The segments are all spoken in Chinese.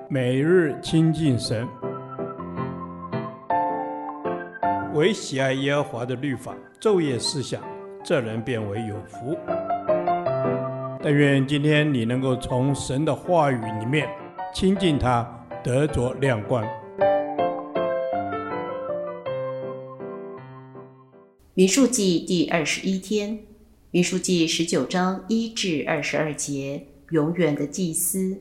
每日亲近神，唯喜爱耶和华的律法，昼夜思想，这人变为有福。但愿今天你能够从神的话语里面亲近他，得着亮光。 民数记第21天，民数记19章1至22节，永远的祭司。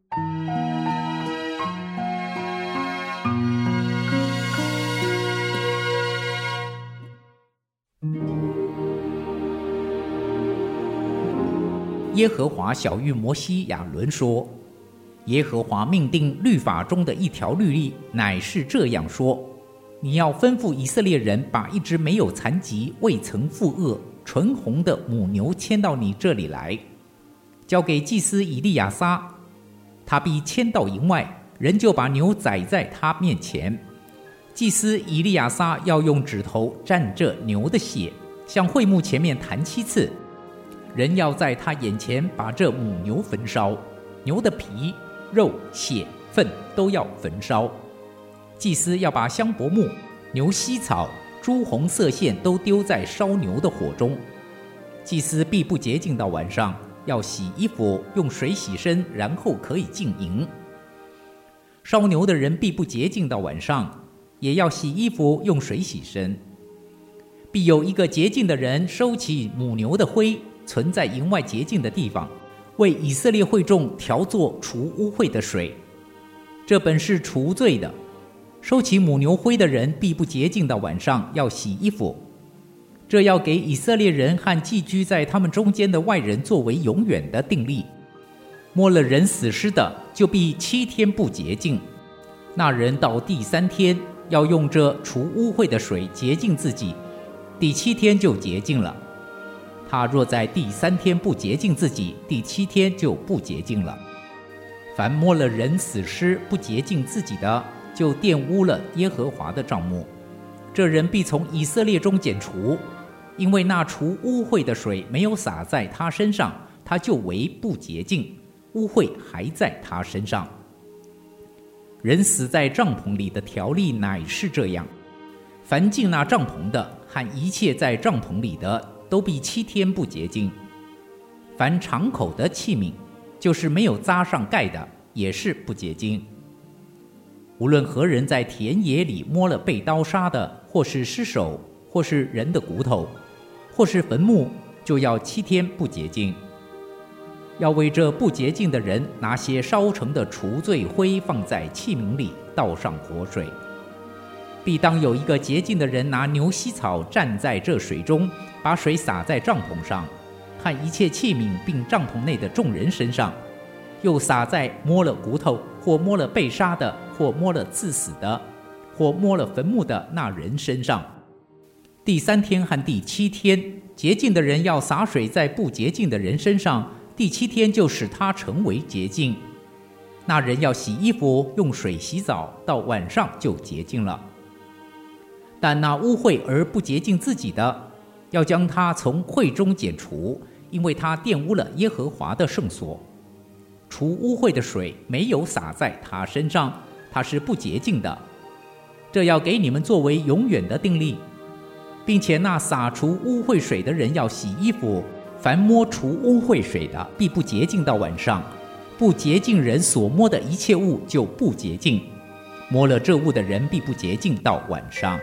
耶和华晓谕摩西亚伦说，耶和华命定律法中的一条律例，乃是这样说：你要吩咐以色列人把一只没有残疾、未曾负恶、纯红的母牛牵到你这里来，交给祭司以利亚撒，他必牵到营外，人就把牛宰在他面前。祭司以利亚撒要用指头蘸这牛的血，向会幕前面弹7次。人要在他眼前把这母牛焚烧，牛的皮、肉、血、粪都要焚烧。祭司要把香柏木、牛膝草、朱红色线都丢在烧牛的火中。祭司必不洁净到晚上，要洗衣服，用水洗身，然后可以进营。烧牛的人必不洁净到晚上，也要洗衣服，用水洗身。必有一个洁净的人收起母牛的灰，存在营外洁净的地方，为以色列会众调作除污秽的水，这本是除罪的。收起母牛灰的人必不洁净到晚上，要洗衣服。这要给以色列人和寄居在他们中间的外人作为永远的定例。摸了人死尸的，就必7天不洁净。那人到第3天要用这除污秽的水洁净自己，第7天就洁净了。他若在第3天不洁净自己，第7天就不洁净了。凡摸了人死尸不洁净自己的，就玷污了耶和华的帐幕，这人必从以色列中剪除，因为那除污秽的水没有洒在他身上，他就为不洁净，污秽还在他身上。人死在帐篷里的条例乃是这样：凡进那帐篷的和一切在帐篷里的，都必7天不洁净。凡敞口的器皿，就是没有扎上盖的，也是不洁净。无论何人在田野里摸了被刀杀的，或是尸首，或是人的骨头，或是坟墓，就要7天不洁净。要为这不洁净的人拿些烧成的除罪灰放在器皿里，倒上活水。必当有一个洁净的人拿牛膝草蘸在这水中，把水洒在帐篷上和一切器皿，并帐篷内的众人身上，又洒在摸了骨头，或摸了被杀的，或摸了刺死的，或摸了坟墓的那人身上。第3天和第7天，洁净的人要洒水在不洁净的人身上，第7天就使他成为洁净。那人要洗衣服，用水洗澡，到晚上就洁净了。但那污秽而不洁净自己的，要将他从会中剪除，因为他玷污了耶和华的圣所。除污秽的水没有洒在他身上，他是不洁净的。这要给你们作为永远的定例，并且那洒除污秽水的人要洗衣服，凡摸除污秽水的，必不洁净到晚上。不洁净人所摸的一切物就不洁净，摸了这物的人必不洁净到晚上。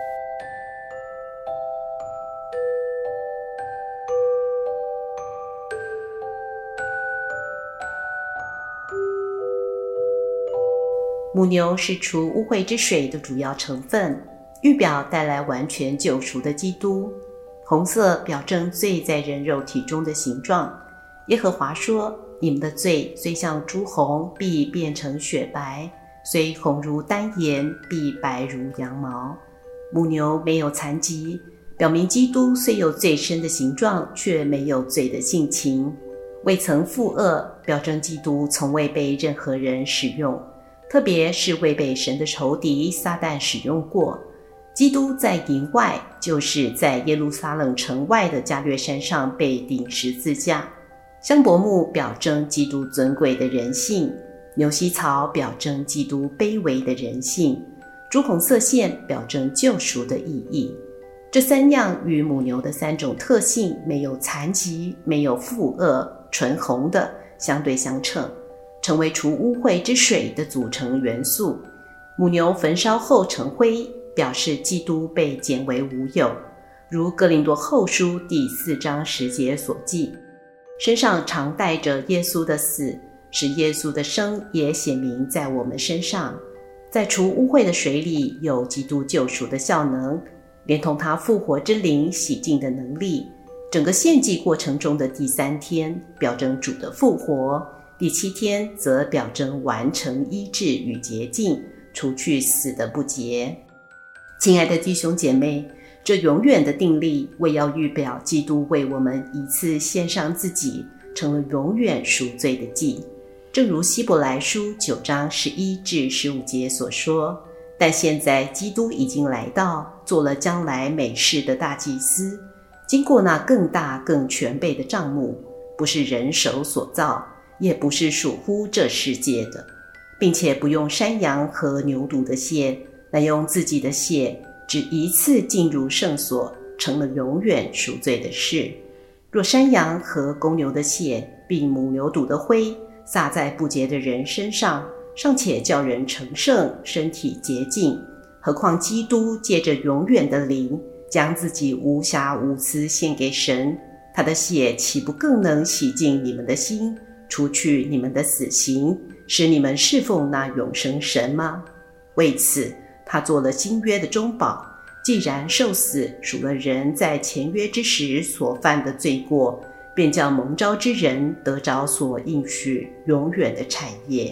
母牛是除污秽之水的主要成分，预表带来完全救赎的基督。红色表征罪在人肉体中的形状。耶和华说：你们的罪虽像朱红，必变成雪白；虽红如丹颜，必白如羊毛。母牛没有残疾，表明基督虽有罪身的形状，却没有罪的性情。未曾负恶，表征基督从未被任何人使用，特别是未被神的仇敌撒旦使用过。基督在营外，就是在耶路撒冷城外的加略山上被钉十字架。香柏木表征基督尊贵的人性， 牛膝草表征基督卑微的人性，朱红色线表征救赎的意义。这三样与母牛的三种特性，没有残疾，没有负恶，纯红的相对相称，成为除污秽之水的组成元素。母牛焚烧后成灰，表示基督被减为无有，如哥林多后书第4章10节所记。身上常带着耶稣的死，使耶稣的生也显明在我们身上。在除污秽的水里有基督救赎的效能，连同他复活之灵洗净的能力。整个献祭过程中的第3天表征主的复活，第7天则表征完成医治与洁净，除去死的不洁。亲爱的弟兄姐妹，这永远的定例，为要预表基督为我们一次献上自己，成了永远赎罪的祭。正如希伯来书9章11至15节所说，但现在基督已经来到，做了将来美事的大祭司，经过那更大更全备的帐幕，不是人手所造，也不是属乎这世界的，并且不用山羊和牛犊的血，乃用自己的血，只一次进入圣所，成了永远赎罪的事。若山羊和公牛的血并母牛犊的灰撒在不洁的人身上，尚且叫人成圣，身体洁净，何况基督借着永远的灵，将自己无瑕无疵献给神，他的血岂不更能洗净你们的心，除去你们的死刑，使你们侍奉那永生神吗？为此他做了新约的中保，既然受死赎了人在前约之时所犯的罪过，便叫蒙召之人得着所应许永远的产业。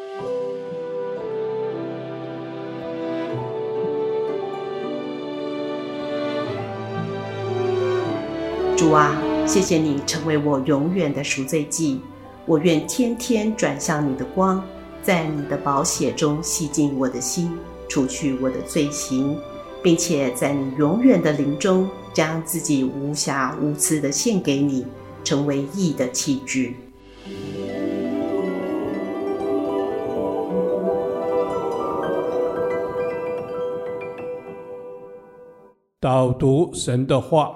主啊，谢谢你成为我永远的赎罪祭，我愿天天转向你的光，在你的宝血中洗净我的心，除去我的罪行，并且在你永远的灵中将自己无瑕无疵地献给你，成为义的器具。 导读神的话，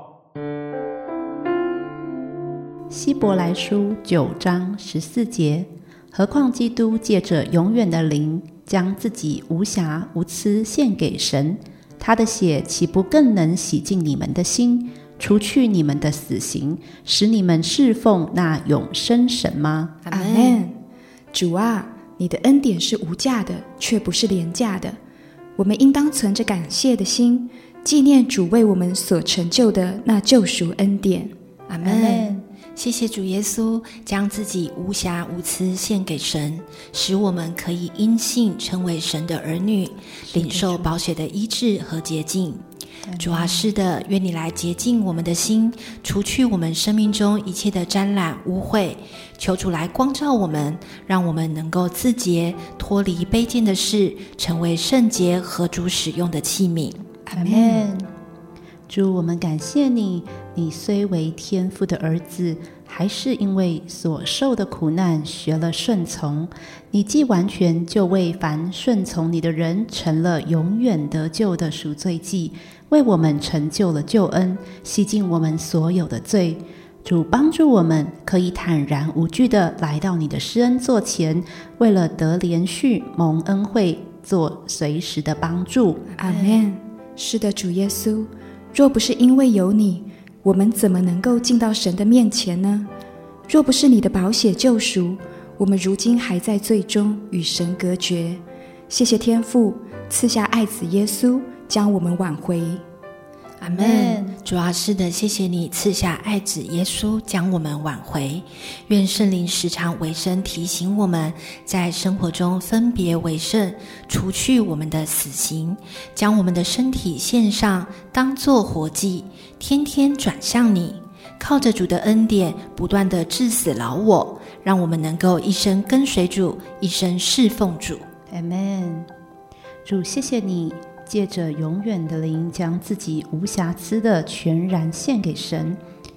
希伯来书9章14节，何况基督借着永远的灵，将自己无瑕无疵献给神，他的血岂不更能洗净你们的心，除去你们的死刑，使你们侍奉那永生神吗？ 阿们。主啊，你的恩典是无价的，却不是廉价的。我们应当存着感谢的心，纪念主为我们所成就的那救赎恩典。 阿们。谢谢主耶稣将自己无瑕无疵献给神，使我们可以因信成为神的儿女，领受宝血的医治和洁净。主啊，是的，愿你来洁净我们的心，除去我们生命中一切的沾染污秽。求主来光照我们，让我们能够自洁，脱离卑贱的事，成为圣洁和主使用的器皿。 阿们。主，我们感谢你，你虽为天父的儿子，还是因为所受的苦难学了顺从。你既完全，就为凡顺从你的人成了永远得救的赎罪祭，为我们成就了救恩，洗净我们所有的罪。主帮助我们可以坦然无惧地来到你的施恩座前，为了得连续蒙恩惠，做随时的帮助。 阿们。是的，主耶稣，若不是因为有你，我们怎么能够进到神的面前呢？若不是你的宝血救赎，我们如今还在罪中与神隔绝。谢谢天父赐下爱子耶稣，将我们挽回。 阿们。主啊，是的，谢谢你赐下爱子耶稣，将我们挽回。愿圣灵时常为生提醒我们，在生活中分别为圣，除去我们的死刑，将我们的身体献上，当作活祭，天天转向你，靠着主的恩典，不断地治死老我，让我们能够一生跟随主，一生侍奉主。 阿们。主，谢谢你借着永远的灵，将自己无瑕疵的全然献给神，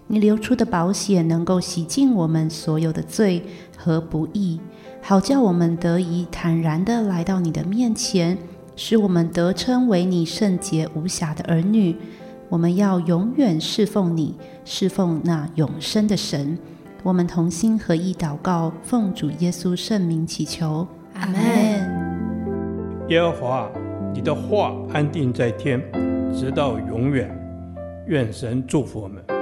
你流出的宝血能够洗净我们所有的罪和不义，好叫我们得以坦然地来到你的面前，使我们得称为你圣洁无瑕的儿女。我们要永远侍奉你，侍奉那永生的神。我们同心合意祷告，奉主耶稣圣名祈求， 阿们。 耶和华，你的话安定在天，直到永远。愿神祝福我们。